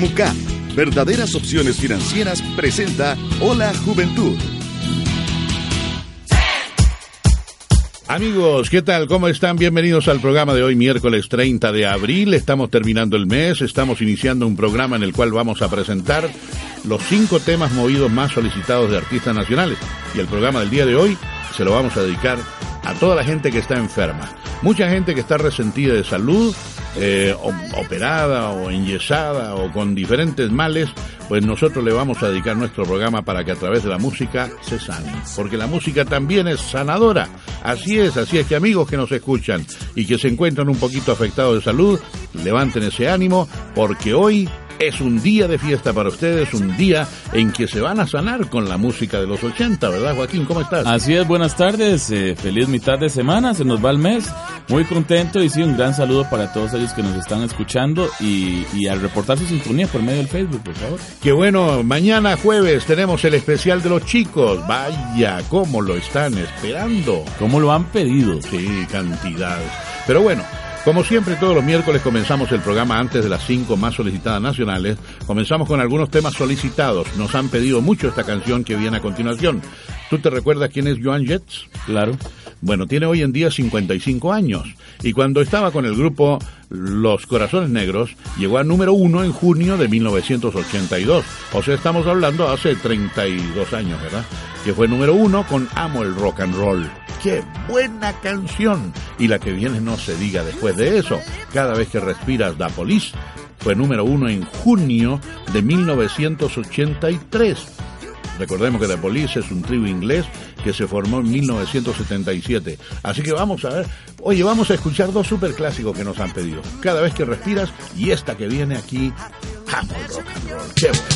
MUCAP, verdaderas opciones financieras, presenta Hola Juventud. Amigos, ¿qué tal? ¿Cómo están? Bienvenidos al programa de hoy, miércoles 30 de abril. Estamos terminando el mes, estamos iniciando un programa en el cual vamos a presentar los 5 temas movidos más solicitados de artistas nacionales. Y el programa del día de hoy se lo vamos a dedicar a toda la gente que está enferma. Mucha gente que está resentida de salud, operada o enyesada o con diferentes males, pues nosotros le vamos a dedicar nuestro programa para que a través de la música se sane, porque la música también es sanadora. Así es que amigos que nos escuchan y que se encuentran un poquito afectados de salud, levanten ese ánimo, porque hoy es un día de fiesta para ustedes, un día en que se van a sanar con la música de los 80, ¿verdad, Joaquín? ¿Cómo estás? Así es, buenas tardes, feliz mitad de semana, se nos va el mes, muy contento y sí, un gran saludo para todos ellos que nos están escuchando y al reportar su sintonía por medio del Facebook, por favor. Qué bueno, mañana jueves tenemos el especial de los chicos, vaya, cómo lo están esperando. ¿Cómo lo han pedido? Sí, cantidades, pero bueno. Como siempre, todos los miércoles comenzamos el programa antes de las 5 más solicitadas nacionales. Comenzamos con algunos temas solicitados. Nos han pedido mucho esta canción que viene a continuación. ¿Tú te recuerdas quién es Joan Jett? Claro. Bueno, tiene hoy en día 55 años. Y cuando estaba con el grupo Los Corazones Negros, llegó a número 1 en junio de 1982. O sea, estamos hablando hace 32 años, ¿verdad? Que fue número 1 con Amo el Rock and Roll. ¡Qué buena canción! Y la que viene no se diga después de eso. Cada vez que respiras, Da Police fue número 1 en junio de 1983. Recordemos que The Police es un trío inglés que se formó en 1977. Así que vamos a ver. Oye, vamos a escuchar 2 superclásicos que nos han pedido. Cada vez que respiras y esta que viene aquí, Amo el Rock and Roll. ¡Qué bueno!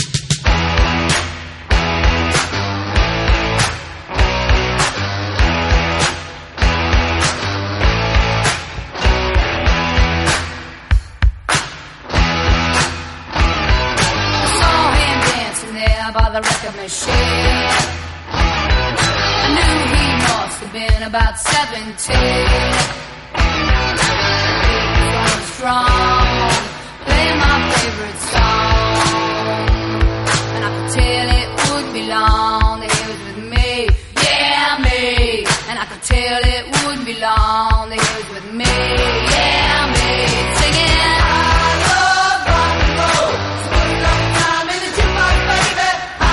By the record machine, I knew he must have been about 17. He was strong, playing my favorite song, and I could tell it wouldn't be long that he was with me, yeah me. And I could tell it wouldn't be long that he was with me, yeah me. Singing, I love rock and roll, so put it on time in the jukebox, baby.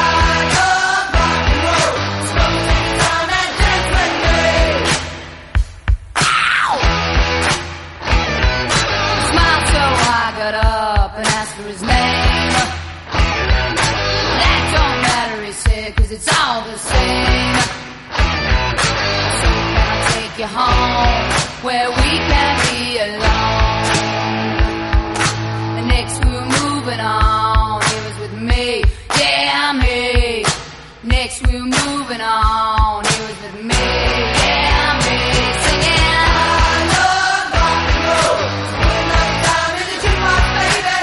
His name. That don't matter, he said, 'cause it's all the same. So can I take you home where we can be alone? And next we were moving on, he was with me, yeah me. Next we were moving on, he was with me, yeah me. Singing, I love rock and roll, spending enough time in the jukebox, baby.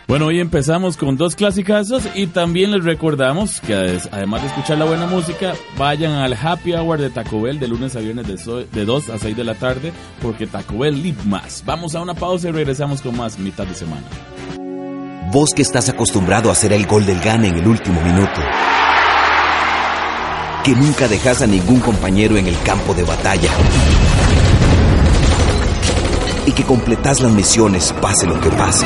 Bueno, hoy empezamos con 2 clasicazos y también les recordamos que además de escuchar la buena música, vayan al Happy Hour de Taco Bell de lunes a viernes de 2 a 6 de la tarde, porque Taco Bell live más. Vamos a una pausa y regresamos con más mitad de semana. Vos que estás acostumbrado a hacer el gol del gane en el último minuto, que nunca dejas a ningún compañero en el campo de batalla y que completás las misiones pase lo que pase.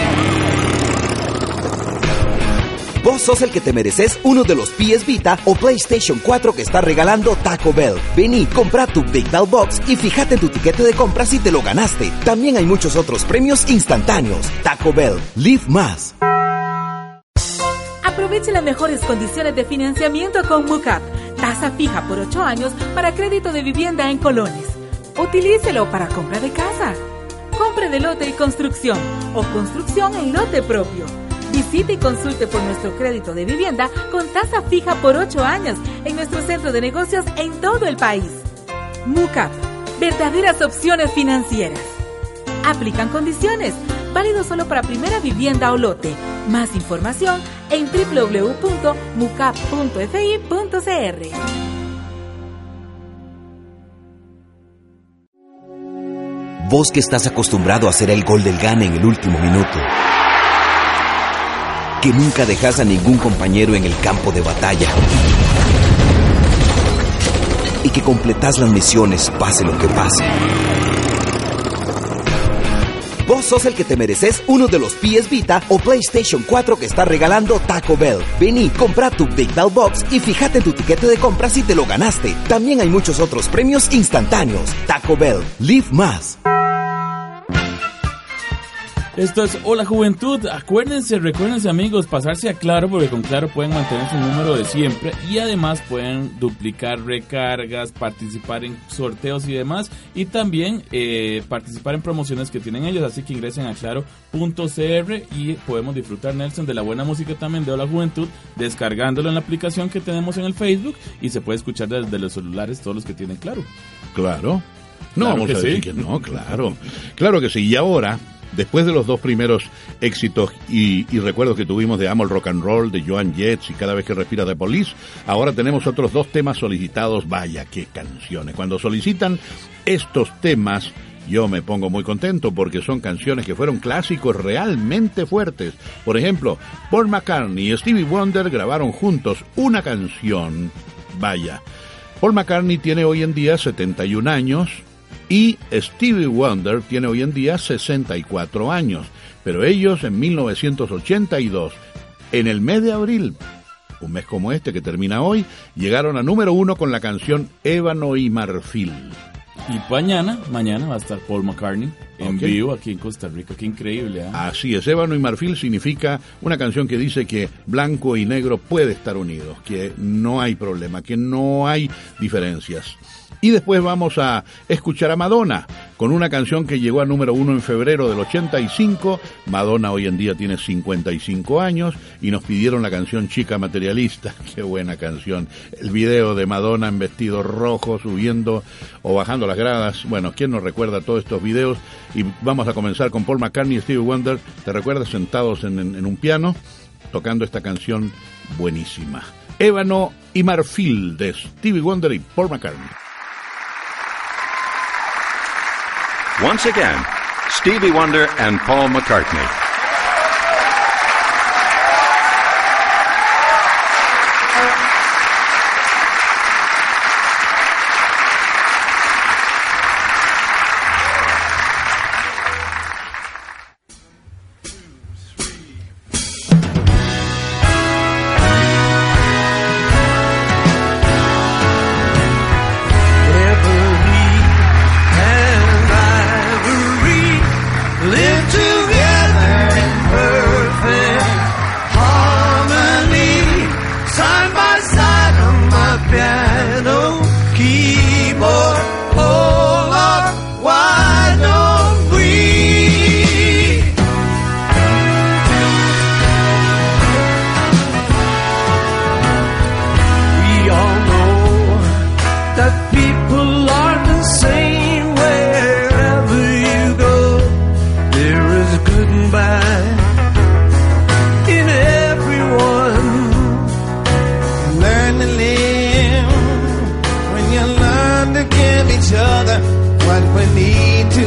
Vos sos el que te mereces uno de los PS Vita o PlayStation 4 que está regalando Taco Bell. Vení, compra tu Big Bell Box y fíjate en tu tiquete de compra si te lo ganaste. También hay muchos otros premios instantáneos. Taco Bell, live más. Aproveche las mejores condiciones de financiamiento con MUCAP. Tasa fija por 8 años para crédito de vivienda en colones. Utilícelo para compra de casa, compra de lote y construcción o construcción en lote propio. Visite y consulte por nuestro crédito de vivienda con tasa fija por 8 años en nuestro centro de negocios en todo el país. MUCAP, verdaderas opciones financieras. Aplican condiciones, válido solo para primera vivienda o lote. Más información en www.mucap.fi.cr. Vos que estás acostumbrado a hacer el gol del gane en el último minuto, que nunca dejas a ningún compañero en el campo de batalla y que completás las misiones pase lo que pase. Vos sos el que te mereces uno de los PS Vita o PlayStation 4 que está regalando Taco Bell. Vení, compra tu Big Bell Box y fíjate en tu tiquete de compra si te lo ganaste. También hay muchos otros premios instantáneos. Taco Bell, live más. Esto es Hola Juventud. Recuérdense amigos, pasarse a Claro, porque con Claro pueden mantener su número de siempre y además pueden duplicar recargas, participar en sorteos y demás, y también participar en promociones que tienen ellos. Así que ingresen a claro.cr y podemos disfrutar, Nelson, de la buena música también de Hola Juventud, descargándolo en la aplicación que tenemos en el Facebook, y se puede escuchar desde los celulares todos los que tienen Claro. Claro. No, Claro vamos que a decir sí. que no, claro. Claro que sí. Y ahora, después de los 2 primeros éxitos y recuerdos que tuvimos de Amo el Rock and Roll, de Joan Jett y Cada vez que respira de Police, ahora tenemos otros 2 temas solicitados. Vaya, qué canciones. Cuando solicitan estos temas, yo me pongo muy contento porque son canciones que fueron clásicos realmente fuertes. Por ejemplo, Paul McCartney y Stevie Wonder grabaron juntos una canción. Vaya, Paul McCartney tiene hoy en día 71 años... y Stevie Wonder tiene hoy en día 64 años, pero ellos en 1982, en el mes de abril, un mes como este que termina hoy, llegaron a número 1 con la canción Ébano y Marfil. Y mañana va a estar Paul McCartney en Ok. vivo aquí en Costa Rica. Qué increíble, ¿eh? Así es, Ébano y Marfil significa una canción que dice que blanco y negro puede estar unidos, que no hay problema, que no hay diferencias. Y después vamos a escuchar a Madonna con una canción que llegó a número 1 en febrero del 85. Madonna hoy en día tiene 55 años y nos pidieron la canción Chica Materialista. Qué buena canción. El video de Madonna en vestido rojo subiendo o bajando las gradas. Bueno, ¿quién nos recuerda todos estos videos? Y vamos a comenzar con Paul McCartney y Stevie Wonder. ¿Te recuerdas? Sentados en un piano tocando esta canción buenísima. Ébano y Marfil de Stevie Wonder y Paul McCartney. Once again, Stevie Wonder and Paul McCartney. Live together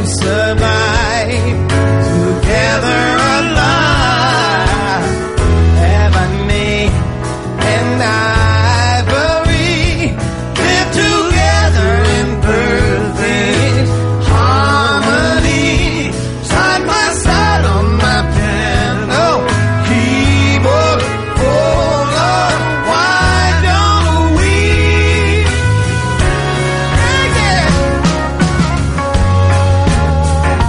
survive together alive. Ebony and ivory live together in perfect harmony. Side by side on my piano keyboard. Oh Lord, why don't we? Yeah.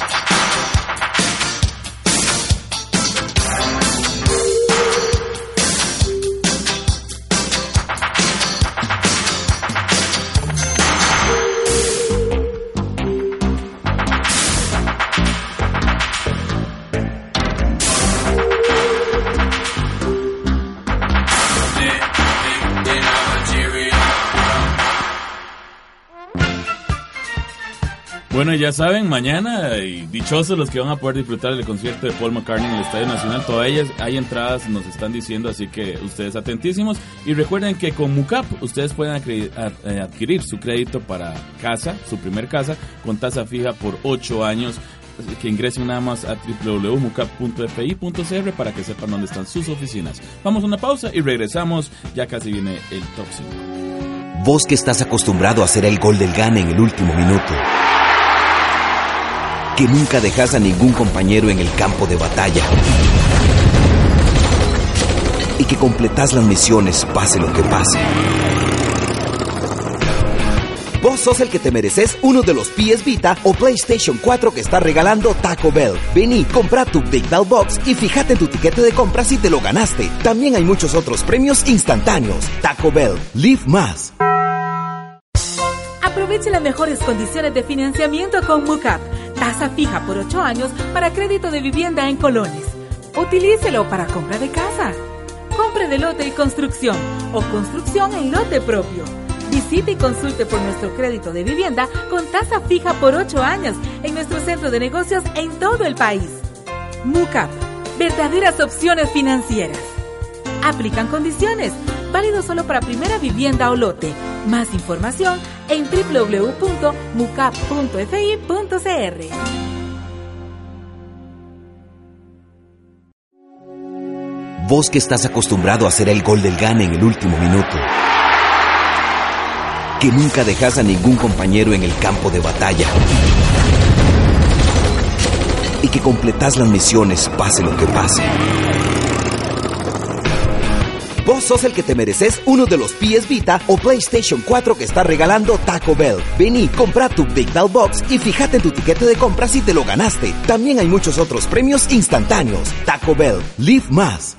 Bueno, ya saben, mañana, y dichosos los que van a poder disfrutar del concierto de Paul McCartney en el Estadio Nacional. Todavía hay entradas, nos están diciendo, así que ustedes atentísimos. Y recuerden que con MUCAP ustedes pueden adquirir su crédito para casa, su primer casa, con tasa fija por 8 años. Que ingresen nada más a www.mucap.fi.cr para que sepan dónde están sus oficinas. Vamos a una pausa y regresamos, ya casi viene el top 5. Vos que estás acostumbrado a hacer el gol del gane en el último minuto, que nunca dejas a ningún compañero en el campo de batalla y que completas las misiones pase lo que pase. Vos sos el que te mereces uno de los PS Vita o PlayStation 4 que está regalando Taco Bell. Vení, compra tu Big Bell Box y fíjate en tu tiquete de compra si te lo ganaste. También hay muchos otros premios instantáneos. Taco Bell, live más. Aproveche las mejores condiciones de financiamiento con MUCAP. Tasa fija por 8 años para crédito de vivienda en colones. Utilícelo para compra de casa. Compre de lote y construcción o construcción en lote propio. Visite y consulte por nuestro crédito de vivienda con tasa fija por 8 años en nuestro centro de negocios en todo el país. MUCAP, verdaderas opciones financieras. Aplican condiciones, válido solo para primera vivienda o lote. Más información en www.mucap.fi.cr. Vos que estás acostumbrado a hacer el gol del gane en el último minuto, que nunca dejas a ningún compañero en el campo de batalla y que completas las misiones pase lo que pase. Vos sos el que te mereces uno de los PS Vita o PlayStation 4 que está regalando Taco Bell. Vení, compra tu Big Bell Box y fíjate en tu tiquete de compra si te lo ganaste. También hay muchos otros premios instantáneos. Taco Bell, live más.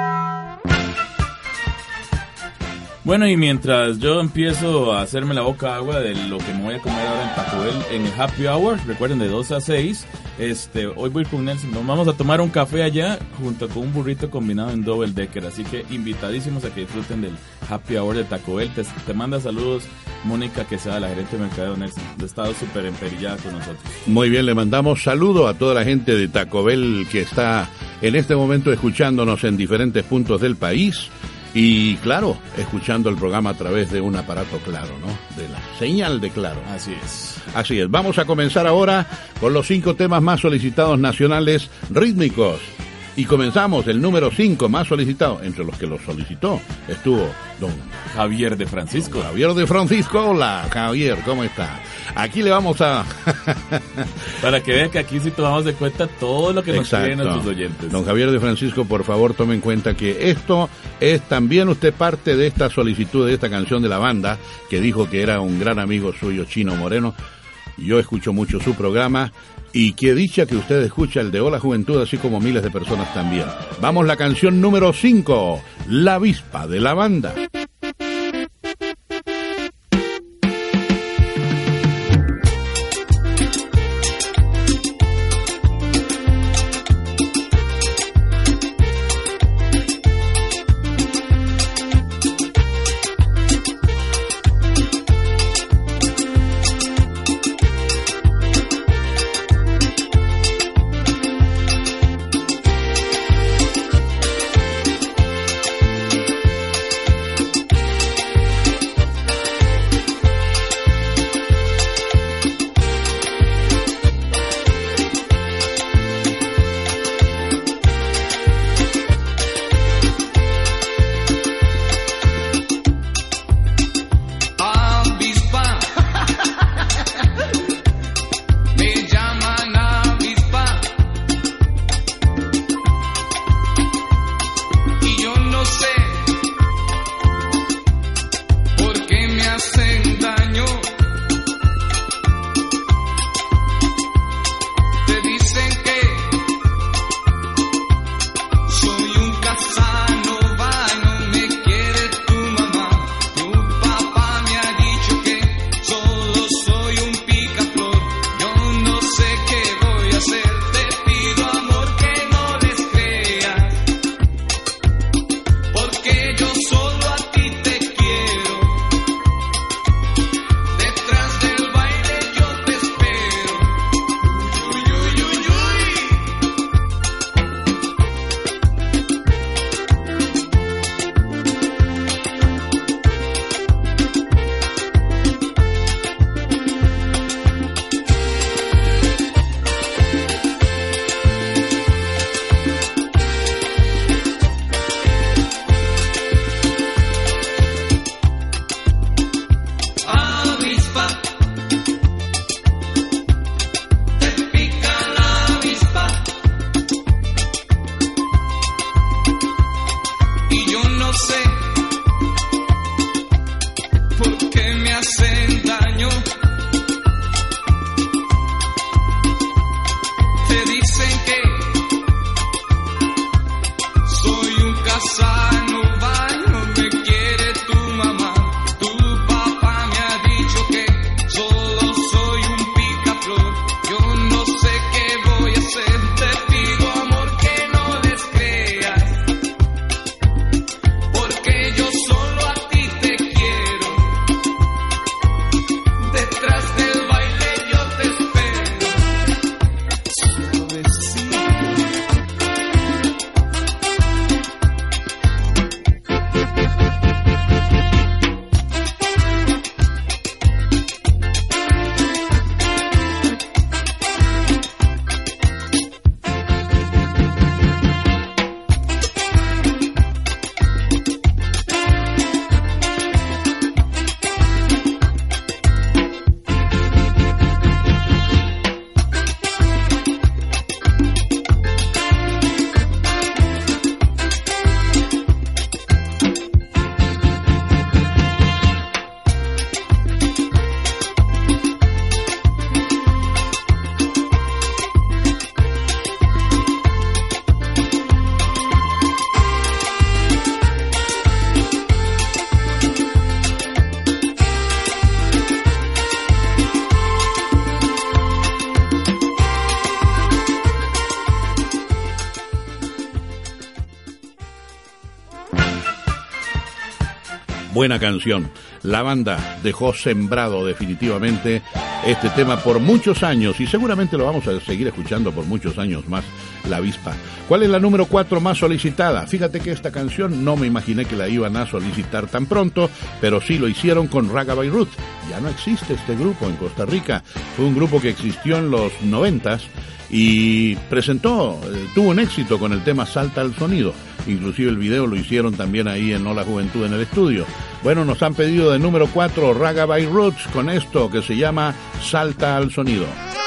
Bueno, y mientras yo empiezo a hacerme la boca agua de lo que me voy a comer ahora en Taco Bell, en el Happy Hour, recuerden, de 2 a 6, hoy voy con Nelson, nos vamos a tomar un café allá junto con un burrito combinado en Double Decker, así que invitadísimos a que disfruten del Happy Hour de Taco Bell. Te manda saludos Mónica Quesada, la gerente de mercadeo Nelson, ha estado súper emperillada con nosotros. Muy bien, le mandamos saludo a toda la gente de Taco Bell que está en este momento escuchándonos en diferentes puntos del país. Y claro, escuchando el programa a través de un aparato Claro, ¿no? De la señal de Claro. Así es. Así es. Vamos a comenzar ahora con los 5 temas más solicitados nacionales rítmicos. Y comenzamos, el número 5 más solicitado, entre los que lo solicitó, estuvo don Javier de Francisco. Javier de Francisco, hola, Javier, ¿cómo está? Aquí le vamos a... Para que vean que aquí sí tomamos de cuenta todo lo que nos piden nuestros oyentes. Don Javier de Francisco, por favor, tome en cuenta que esto es también usted parte de esta solicitud, de esta canción de la banda, que dijo que era un gran amigo suyo, Chino Moreno. Yo escucho mucho su programa, y qué dicha que usted escucha el de Hola Juventud, así como miles de personas también. Vamos, la canción número 5, La Avispa, de la banda. Buena canción. La banda dejó sembrado definitivamente este tema por muchos años y seguramente lo vamos a seguir escuchando por muchos años más, La Avispa. ¿Cuál es la número 4 más solicitada? Fíjate que esta canción no me imaginé que la iban a solicitar tan pronto, pero sí lo hicieron con Ragabay Root. Ya no existe este grupo en Costa Rica. Fue un grupo que existió en los 90s y tuvo un éxito con el tema Salta al Sonido. Inclusive el video lo hicieron también ahí en Hola Juventud en el estudio. Bueno, nos han pedido de número 4 Ragabay Roots con esto que se llama Salta al Sonido.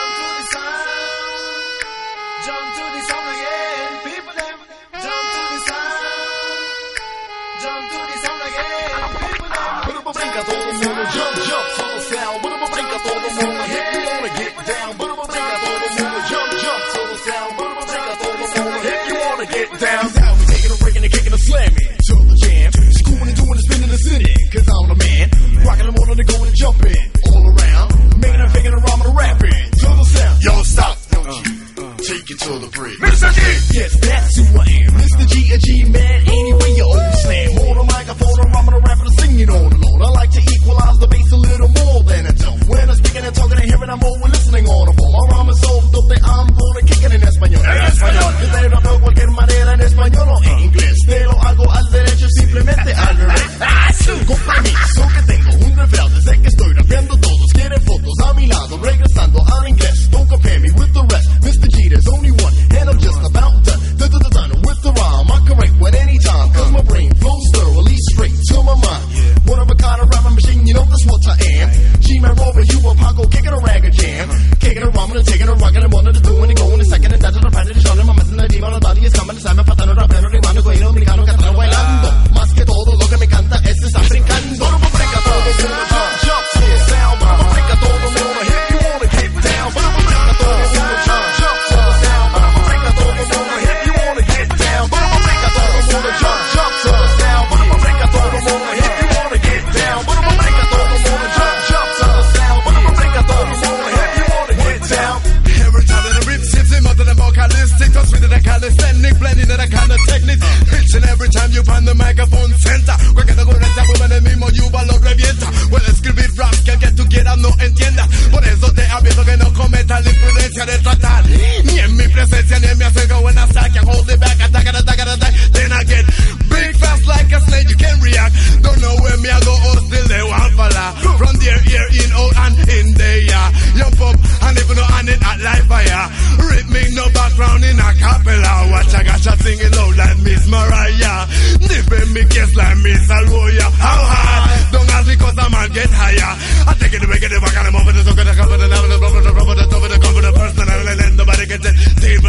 Cause I'm the man, rockin' them on the go and jumpin' all around, making a faking a rhyme and rapping to the sound. Yo, stop, don't you take it to the bridge. Mr. G, yes, that's who I am. Mr. G, a G-man, anyway you old slam. Hold a microphone, a rhyme and a rapping, singing on and on. I like to equalize the bass a little more than a tone. When I'm speaking and talking and hearing, I'm over listening on the phone. My rhyme is so dope that I'm gonna kick it in español. En español, que te lo hago cualquier manera en español o en inglés. Te lo hago al derecho, simplemente al revés. Compromiso que tengo, un refrán desde que estoy rapeando. Todos quieren fotos a mi lado, regresando al inglés. Don't compare me with the rest. Mr. G, there's only one, and I'm just about done. Done with the rhyme, I correct when anytime. Cause my brain flows thoroughly straight to my mind. One of a kind of rapping machine, you know that's what I am. G-Man Rover, you a Paco, kicking a rag a jam. Kicking a rhyme and taking a rock and one of the doing and going a second and that's the planet is on. My messing the demon, the body is coming, the salmon, patano, rapero, rimando, coino, americano, catalano, bailando. Más que todo lo que me canta es estar brincando. Brinca todo el mundo, jump to the sound. Brinca todo el mundo, if you wanna get down. Brinca todo el mundo, jump to the sound. Brinca todo el mundo, if you wanna get down. Brinca todo el mundo, jump to the sound. Brinca todo el mundo, if you wanna get down. Brinca todo el mundo, jump to the sound. Brinca todo el mundo, if you wanna get down. Every time that I rip shit, they mother them vocalistic, toss with the calisthenic, blending in a kind of technique. Each and every time you find the microphone center, cualquier cosa esta woman el mismo yuba lo revienta. Well, escribir rap que el que tú quieras no entienda. Por eso te aviso que no cometa la imprudencia de tratar ni en mi presencia ni en mi acerca. When I stack, I hold it back, attack, then I get big fast like a snake, you can react. Don't know where me I go, or still they want falla. From there, here, in, out, and in there, yeah. Jump up, and even though I need a live fire. Rhythmic, no background in a cappella. Watch, I got you singing loud like Miss Mariah. Different me kiss like Miss Alwoya. How hard? Don't ask me cause I might get higher. I take it to make it, if I got him over the so good, I come with the number, the rubber, the rubber, the top of the cover, the personal, and nobody gets it. Deeper,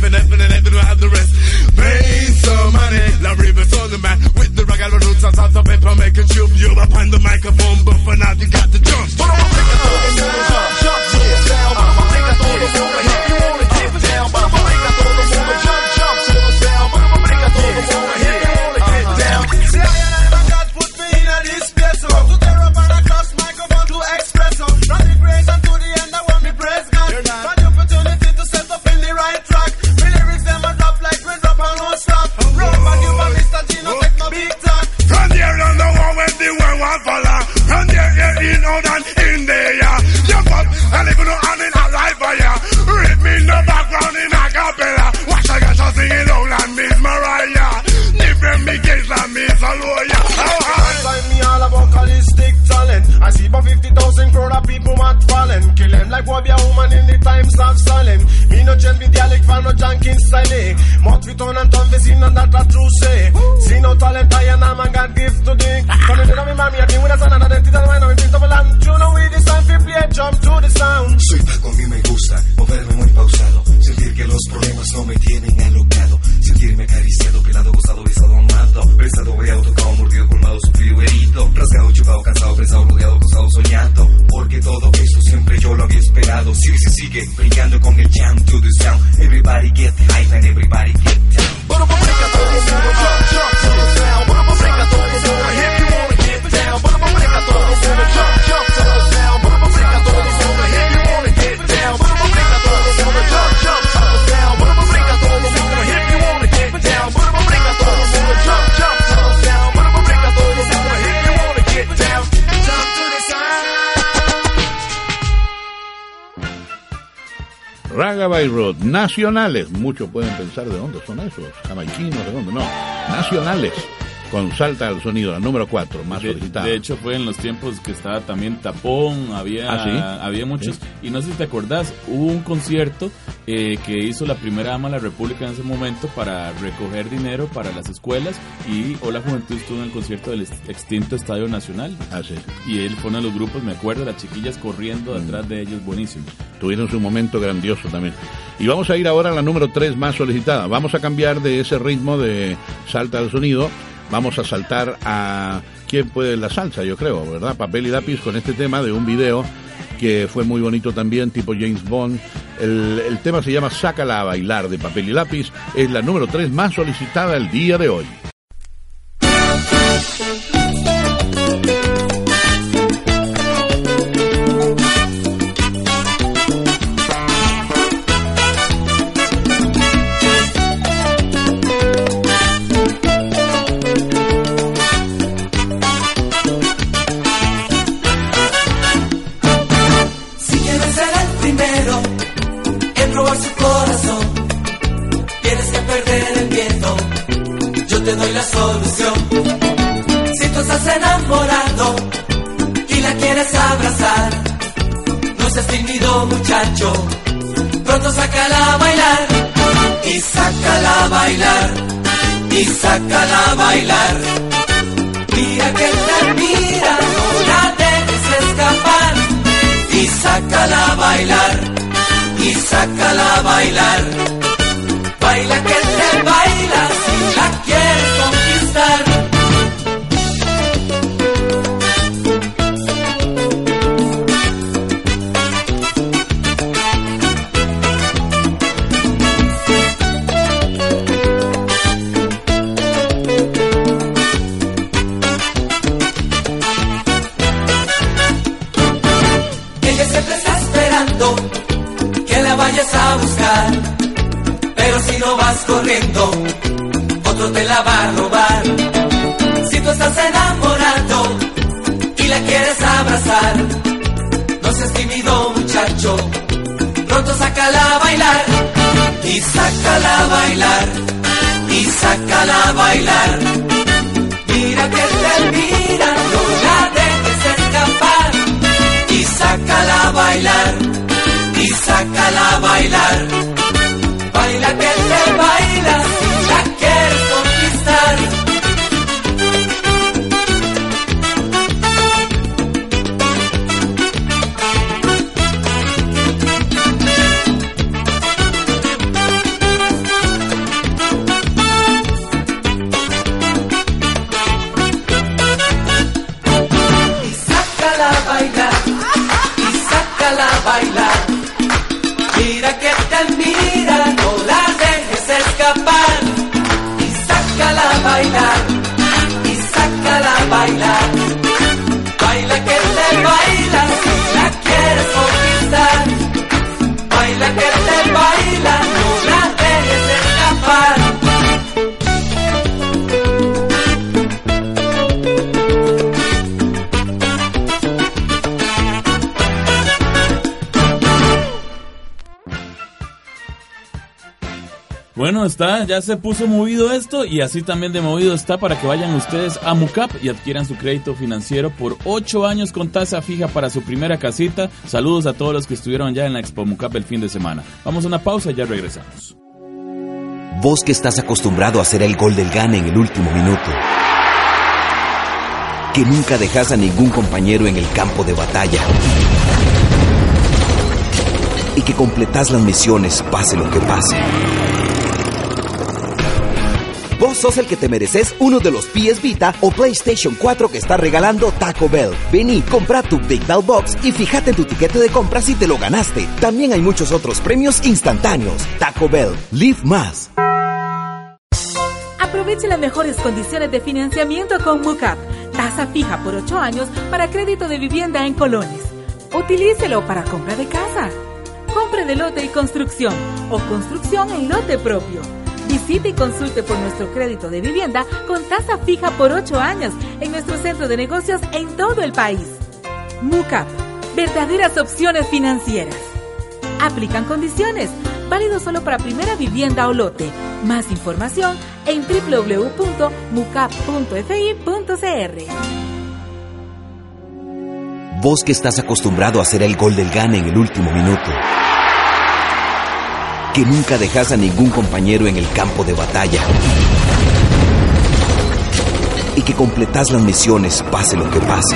I have the rest. Pay some money, la river's on the man. With the rock, the roots, and salsa, the paper, making shoot you up on the microphone, but for now, you got the jump. Jump, yeah, sound. If you wanna keep it down, jump to the sound. If you wanna get down. See, I and God put me in this place, so to tear up and across microphone to express, so from the grace and to the end, I want me praise God. For the opportunity to set up in the right track. My lyrics, them a drop like red drop and no stop. Roll back, you and Mr. Gino, take no big talk. From here on the one when the world won't follow. From there, in, out, and in there, yeah. Jump up, and even though I'm in a live fire. Rip me in the background in a cappella. Watch, I got you singing loud like Miss Mariah. Different me case like Miss Alwoya. Find me all about vocalistic talent. I see about 50,000 crore of people mad falling. Kill them like what be a woman in the times of silence. Me no change me dialect for no junkin style. Mouth we turn and turn vecino and that a true say. See no talent I and I'm a God gift today. Come in me mommy I think with a son and identity that I know in of a land. You know we the sound we play jump to the sound. Soy Paco, a mí me gusta moverme muy pausado. Sentir que los problemas no me tienen alocado. Sentirme acariciado, pelado, gozado, besado, amado. Prestado, veado, tocado, mordido, colmado, sufrido, herido. Rasgado, chupado, cansado, presado, rodeado, acosado, soñado. Porque todo esto siempre yo lo había esperado. Sigue, se sigue brillando con el jam to the sound. Everybody get hype and everybody get down. But I'm a break out all the sound, jump to the sound. But I'm a break out all the sound, if you wanna get down. But I'm a break out all the sound, jump to the sound. But I'm a break out all the sound, if you wanna get down. But I'm a break out all the sound, jump to the sound. But I'm a break out all the sound, if you wanna get down. But I'm a break out all the sound, jump to the sound. But I'm a break out all the sound, if you wanna Agaway Road, nacionales. Muchos pueden pensar de dónde son esos, jamaiquinos, de dónde, no, nacionales. Con Salta al Sonido, la número 4, más solicitada. De hecho, fue en los tiempos que estaba también Tapón, había muchos. Sí. Y no sé si te acordás, hubo un concierto que hizo la primera dama de la República en ese momento para recoger dinero para las escuelas. Y Hola Juventud estuvo en el concierto del extinto Estadio Nacional. Sí. Y él fue uno de los grupos, me acuerdo, las chiquillas corriendo detrás de ellos, buenísimo. Tuvieron su momento grandioso también. Y vamos a ir ahora a la número 3 más solicitada. Vamos a cambiar de ese ritmo de Salta al Sonido. Vamos a saltar a ¿quién puede la salsa? Yo creo, ¿verdad? Papel y Lápiz con este tema de un video que fue muy bonito también, tipo James Bond. El tema se llama Sácala a bailar, de Papel y Lápiz. Es la número 3 más solicitada el día de hoy. Te doy la solución. Si tú estás enamorado y la quieres abrazar, no seas tímido, muchacho, pronto sácala a bailar. Y sácala a bailar, y sácala a bailar. Mira que te mira, no la dejes escapar. Y sácala a bailar, y sácala a bailar. Baila que te baila si la quieres conquistar. Ella siempre está esperando que la vayas a buscar. Pero si no vas corriendo, otro te la va a robar. Si tú estás enamorado y la quieres abrazar, no seas tímido, muchacho, pronto sácala a bailar. Y sácala a bailar, y sácala a bailar. Mira que te mira, no la dejes escapar. Y sácala a bailar, y sácala a bailar. Baila que te baila si la quieres conquistar. Y sácala a bailar, y sácala a bailar. Mira que te mira, no la dejes escapar. Y sácala a bailar, y sácala a bailar. Baila que te baila si la quieres conquistar. Baila que te baila, no la dejes escapar. Bueno, ya se puso movido esto y así también de movido está para que vayan ustedes a Mucap y adquieran su crédito financiero por 8 años con tasa fija para su primera casita. Saludos a todos los que estuvieron ya en la Expo Mucap el fin de semana. Vamos a una pausa y ya regresamos. Vos que estás acostumbrado a hacer el gol del gane en el último minuto, que nunca dejas a ningún compañero en el campo de batalla y que completás las misiones pase lo que pase. Vos sos el que te mereces uno de los PS Vita o PlayStation 4 que está regalando Taco Bell. Vení, compra tu Big Bell Box y fíjate en tu tiquete de compra si te lo ganaste. También hay muchos otros premios instantáneos. Taco Bell, live más. Aproveche las mejores condiciones de financiamiento con Mucap. Tasa fija por 8 años para crédito de vivienda en colones. Utilícelo para compra de casa. Compre de lote y construcción o construcción en lote propio. Visite y consulte por nuestro crédito de vivienda con tasa fija por 8 años en nuestro centro de negocios en todo el país. Mucap, verdaderas opciones financieras. Aplican condiciones. válido solo para primera vivienda o lote. Más información en www.mucap.fi.cr. Vos que estás acostumbrado a hacer el gol del gane en el último minuto, que nunca dejas a ningún compañero en el campo de batalla y que completás las misiones pase lo que pase.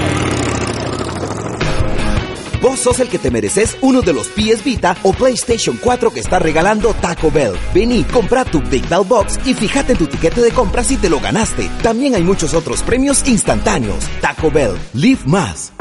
Vos sos el que te mereces uno de los PS Vita o PlayStation 4 que está regalando Taco Bell. Vení, compra tu Big Bell Box y fíjate en tu tiquete de compra si te lo ganaste. También hay muchos otros premios instantáneos. Taco Bell, live más.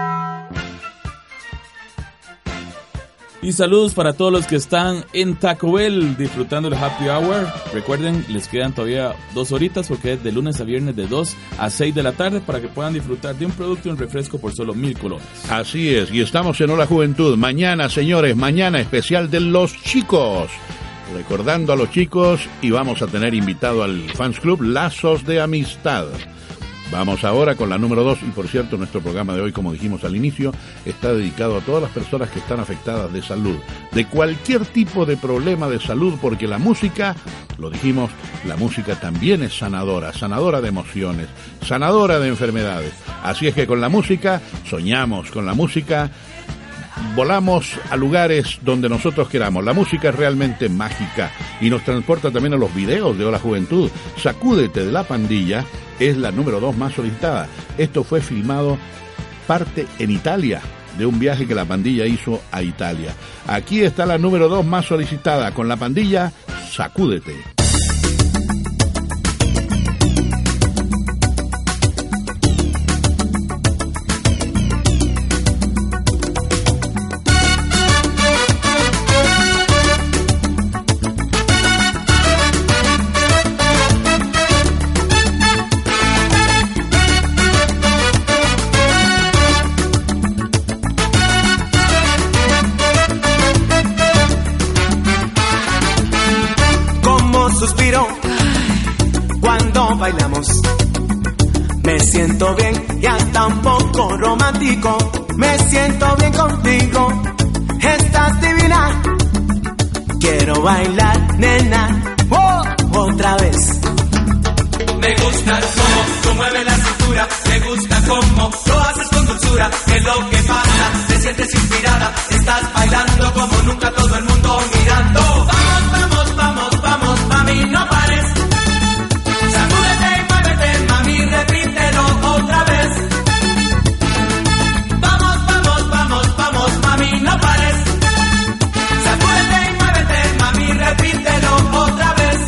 Y saludos para todos los que están en Taco Bell disfrutando el Happy Hour. Recuerden, les quedan todavía 2 horitas porque es de lunes a viernes de 2 a 6 de la tarde para que puedan disfrutar de un producto y un refresco por solo 1,000 colones. Así es, y estamos en Hola Juventud. Mañana, señores, mañana especial de los chicos. Recordando a los chicos, y vamos a tener invitado al Fans Club Lazos de Amistad. Vamos ahora con la número 2, y por cierto, nuestro programa de hoy, como dijimos al inicio, está dedicado a todas las personas que están afectadas de salud, de cualquier tipo de problema de salud, porque la música, lo dijimos, la música también es sanadora, sanadora de emociones, sanadora de enfermedades. Así es que con la música, soñamos, con la música volamos a lugares donde nosotros queramos. La música es realmente mágica y nos transporta también a los videos de Hola Juventud. Sacúdete de la Pandilla es la número 2 más solicitada. Esto fue filmado parte en Italia, de un viaje que la Pandilla hizo a Italia. Aquí está la número 2 más solicitada con la Pandilla, Sacúdete. Bailamos, me siento bien y hasta un poco romántico. Me siento bien contigo, estás divina. Quiero bailar, nena, otra vez. Me gusta cómo tú mueves la cintura, me gusta cómo lo haces con dulzura. ¿Qué es lo que pasa? Te sientes inspirada, estás bailando como nunca, todo el mundo mirando. Vamos, vamos, vamos, vamos, mami, no pares. Repítelo otra vez. Vamos, vamos, vamos, vamos, mami, no pares. Sacúdete y muévete, mami, repítelo otra vez.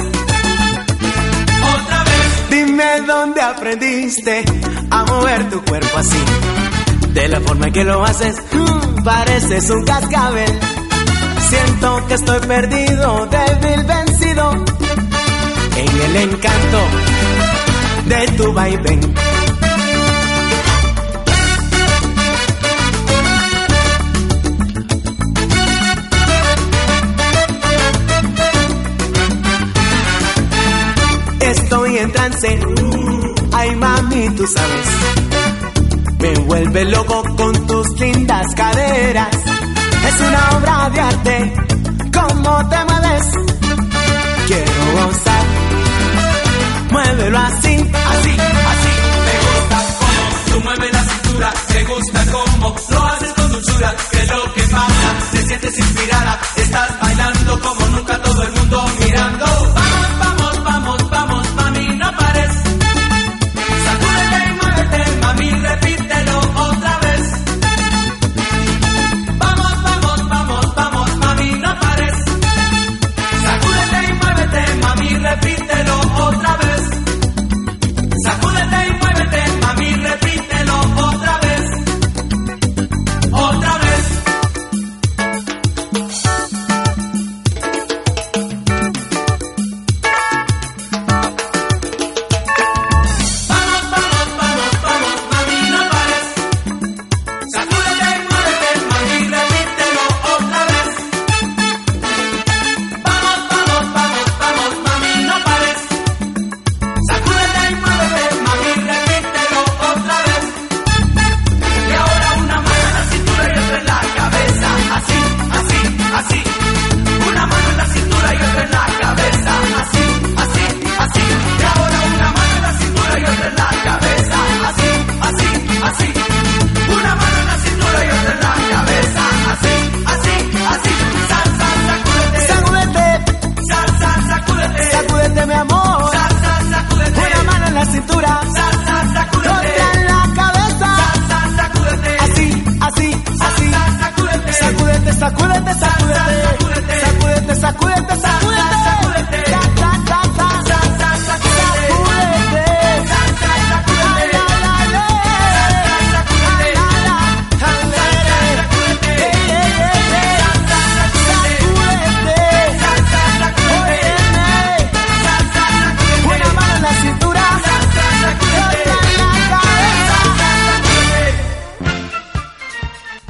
Otra vez. Dime dónde aprendiste a mover tu cuerpo así. De la forma en que lo haces, pareces un cascabel. Siento que estoy perdido, débil, vencido en el encanto de tu vaivén. Estoy en trance, ay mami, tú sabes. Me vuelve loco con tus lindas caderas. Es una obra de arte, cómo te mueves. Quiero gozar. Muévelo así, así, así. Me gusta cómo tú mueves la cintura. Me gusta cómo lo haces con dulzura. ¿Qué es lo que pasa? Te sientes inspirada. Estás bailando como nunca, todo el mundo mirando. Vamos, vamos, vamos, vamos, mami, no pares. Sacúdete y muévete, mami, repítelo otra vez. Vamos, vamos, vamos, vamos, mami, no pares. Sacúdete y muévete, mami, repítelo otra vez. Sacúdete y muévete, mami, repítelo otra vez. Otra vez.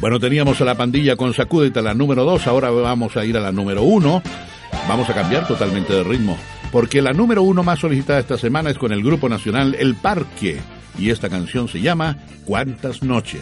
Bueno, teníamos a la pandilla con Sacúdete, la número 2, ahora vamos a ir a la número 1. Vamos a cambiar totalmente de ritmo, porque la número 1 más solicitada esta semana es con el grupo nacional El Parque, y esta canción se llama ¿Cuántas noches?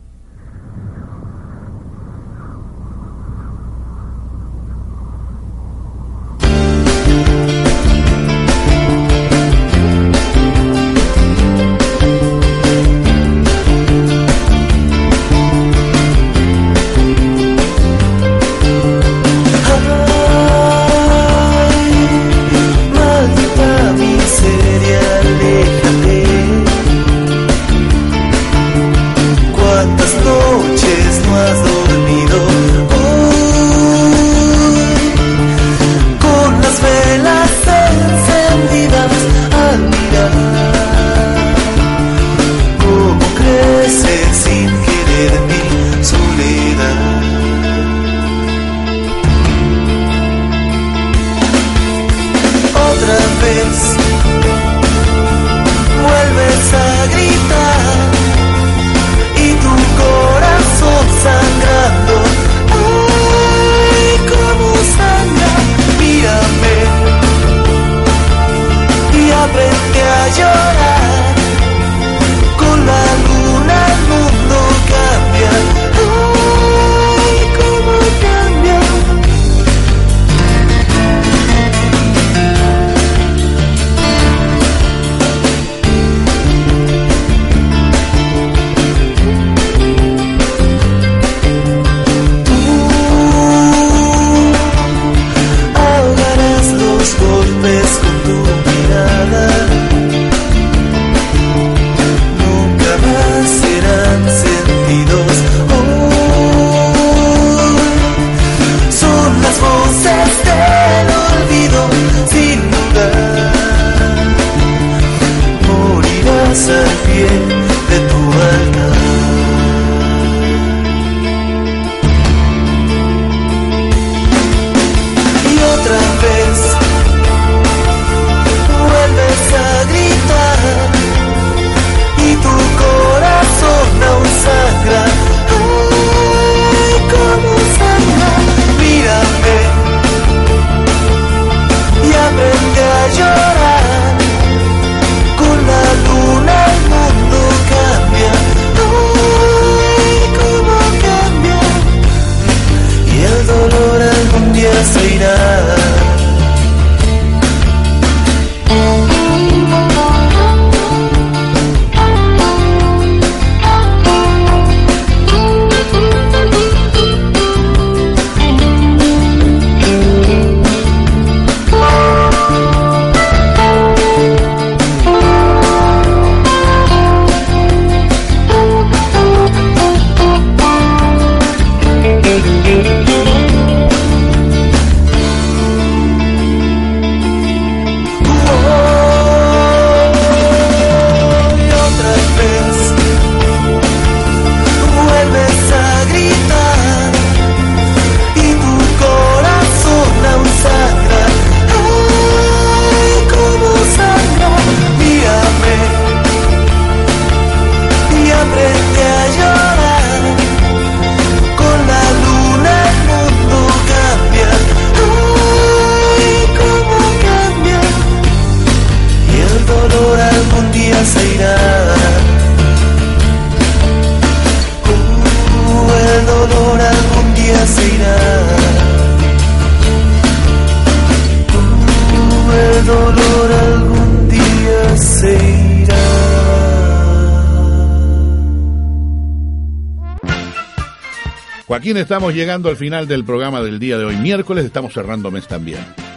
Joaquín, estamos llegando al final del programa del día de hoy, miércoles, estamos cerrando mes también.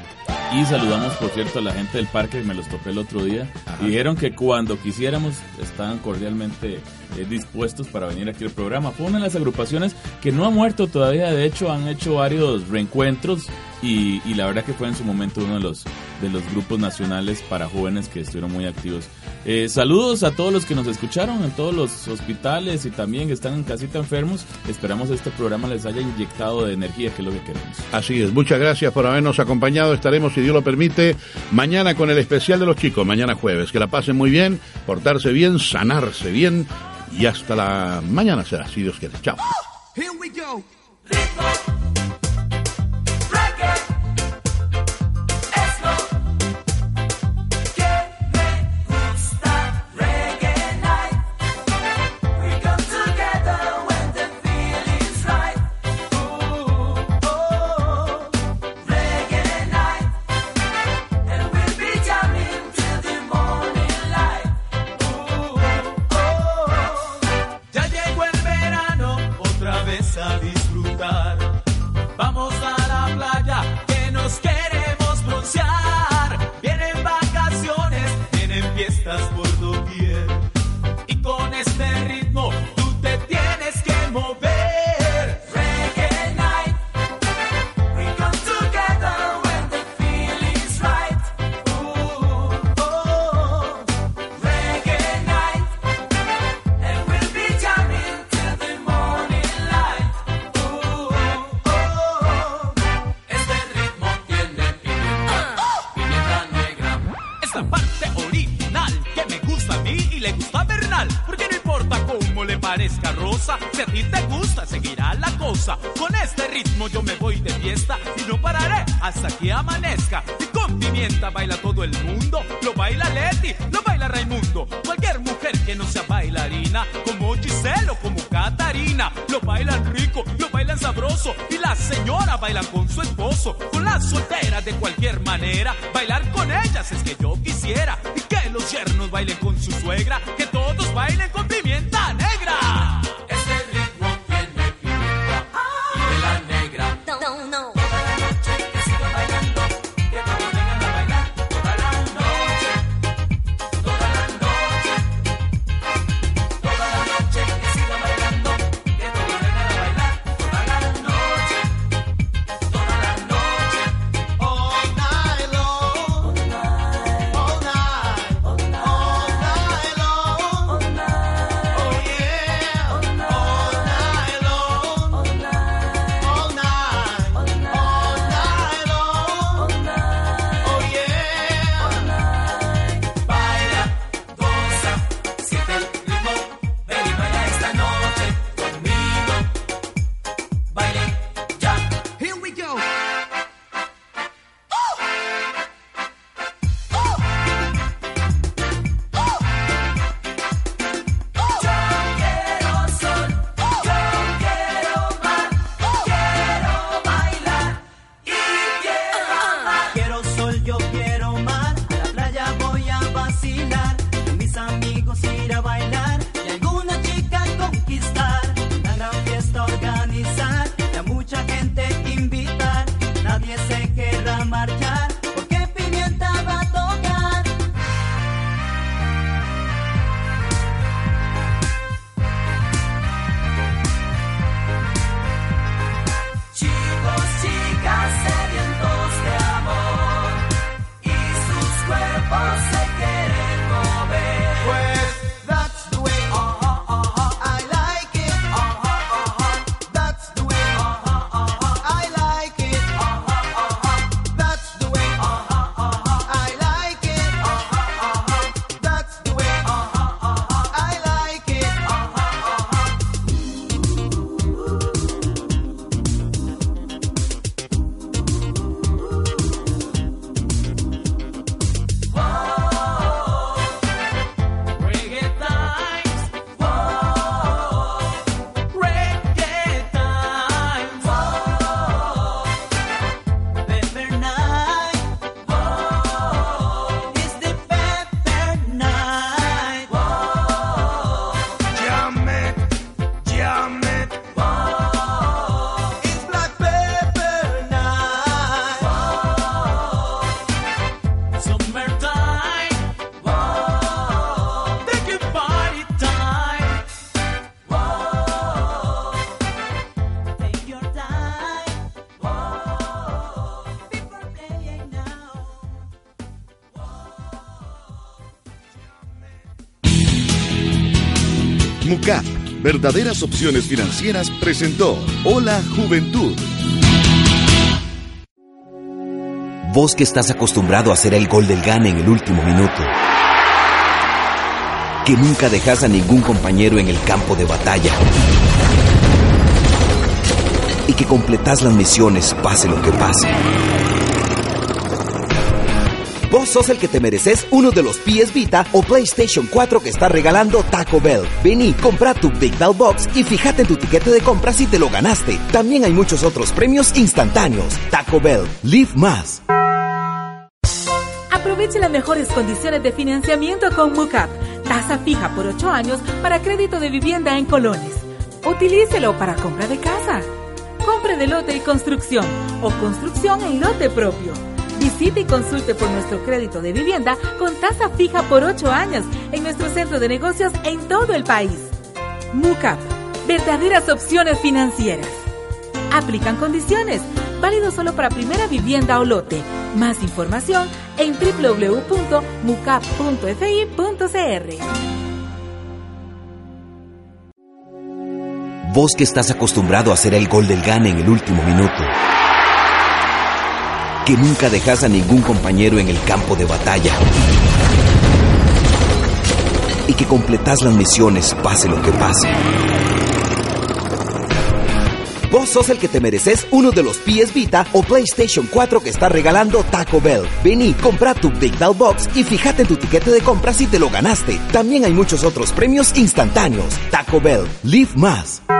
Y saludamos, por cierto, a la gente del parque, me los topé el otro día. Ajá. Y dijeron que cuando quisiéramos estaban cordialmente dispuestos para venir aquí al programa. Fue una de las agrupaciones que no ha muerto todavía, de hecho han hecho varios reencuentros y la verdad que fue en su momento uno de los grupos nacionales para jóvenes que estuvieron muy activos. Saludos a todos los que nos escucharon en todos los hospitales y también que están en casita enfermos. Esperamos este programa les haya inyectado de energía, que es lo que queremos. Así es, muchas gracias por habernos acompañado. Estaremos, si Dios lo permite, mañana con el especial de los chicos, mañana jueves. Que la pasen muy bien, portarse bien, sanarse bien y hasta la mañana será, si Dios quiere. Chao. Here we go. A disfrutar. Vamos a la playa que nos queremos broncear. Vienen vacaciones, vienen fiestas por doquier. Y con este ritmo tú te tienes que mover. Reggae night, we come together when the feeling's right. Reggae night, and we'll be jamming till the morning. Porque no importa cómo le parezca rosa, si a ti te gusta seguirá la cosa. Con este ritmo yo me voy de fiesta y no pararé hasta que amanezca. Y con pimienta baila todo el mundo, lo baila Leti, lo baila Raimundo. Cualquier mujer que no sea bailarina, como Giselle o como Catarina, lo bailan rico, lo bailan sabroso. Y las señoras bailan con su esposo. Con las solteras de cualquier manera, bailar con ellas es que yo quisiera. Y que los yernos bailen con su suegra, que todos bailen con pimienta negra. Este ritmo tiene pimienta y de la negra. No. Toda la noche que siga bailando, que todos vengan a bailar. Toda la noche, toda la noche, toda la noche que siga bailando, que todos vengan a bailar. Toda la noche, toda la noche, all night long, all night, all night, all night long, all night, oh yeah, all night long, all night, all night, all night long, all night, oh yeah, all night. Baila, goza, siente el ritmo, ven y baila esta noche conmigo. Baile ya. Here we go. Yo quiero sol, yo quiero mar, quiero bailar y quiero amar. Quiero sol, yo quiero mar, a la playa voy a vacilar, con mis amigos ir a bailar y alguna chica conquistar, una gran fiesta organizar y a mucha gente invitar. Nadie se querrá marchar porque pimienta va a tocar. Chicos, chicas, sedientos de amor y sus cuerpos se quieren mover. Pues that's the way. I like it. That's the way. I like it. That's the way. I like it. That's the way. I like it. Reggae times, whoa. Reggae times, whoa. Pepper night, whoa. It's the pepper night, whoa. Jam it, Whoa. it's black pepper night. Summertime, whoa. Taking party time, whoa. Take your time, whoa. Before playing now. MUCAP, verdaderas opciones financieras, presentó Hola Juventud. Vos que estás acostumbrado a hacer el gol del gane en el último minuto, que nunca dejas a ningún compañero en el campo de batalla, y que completás las misiones pase lo que pase. Vos sos el que te mereces uno de los PS Vita o PlayStation 4 que está regalando Taco Bell. Vení, compra tu Big Bell Box y fíjate en tu tiquete de compra si te lo ganaste. También hay muchos otros premios instantáneos. Taco Bell, live más. Aproveche las mejores condiciones de financiamiento con MUCAP. Tasa fija por 8 años para crédito de vivienda en colones. Utilícelo para compra de casa. Compre de lote y construcción o construcción en lote propio. Visite y consulte por nuestro crédito de vivienda con tasa fija por 8 años en nuestro centro de negocios en todo el país. MUCAP, verdaderas opciones financieras. Aplican condiciones, válido solo para primera vivienda o lote. Más información en www.mucap.fi.cr. Vos que estás acostumbrado a hacer el gol del gane en el último minuto, que nunca dejas a ningún compañero en el campo de batalla y que completás las misiones pase lo que pase. Vos sos el que te mereces uno de los PS Vita o PlayStation 4 que está regalando Taco Bell. Vení, compra tu Big Bell Box y fíjate en tu tiquete de compra si te lo ganaste. También hay muchos otros premios instantáneos. Taco Bell, live más.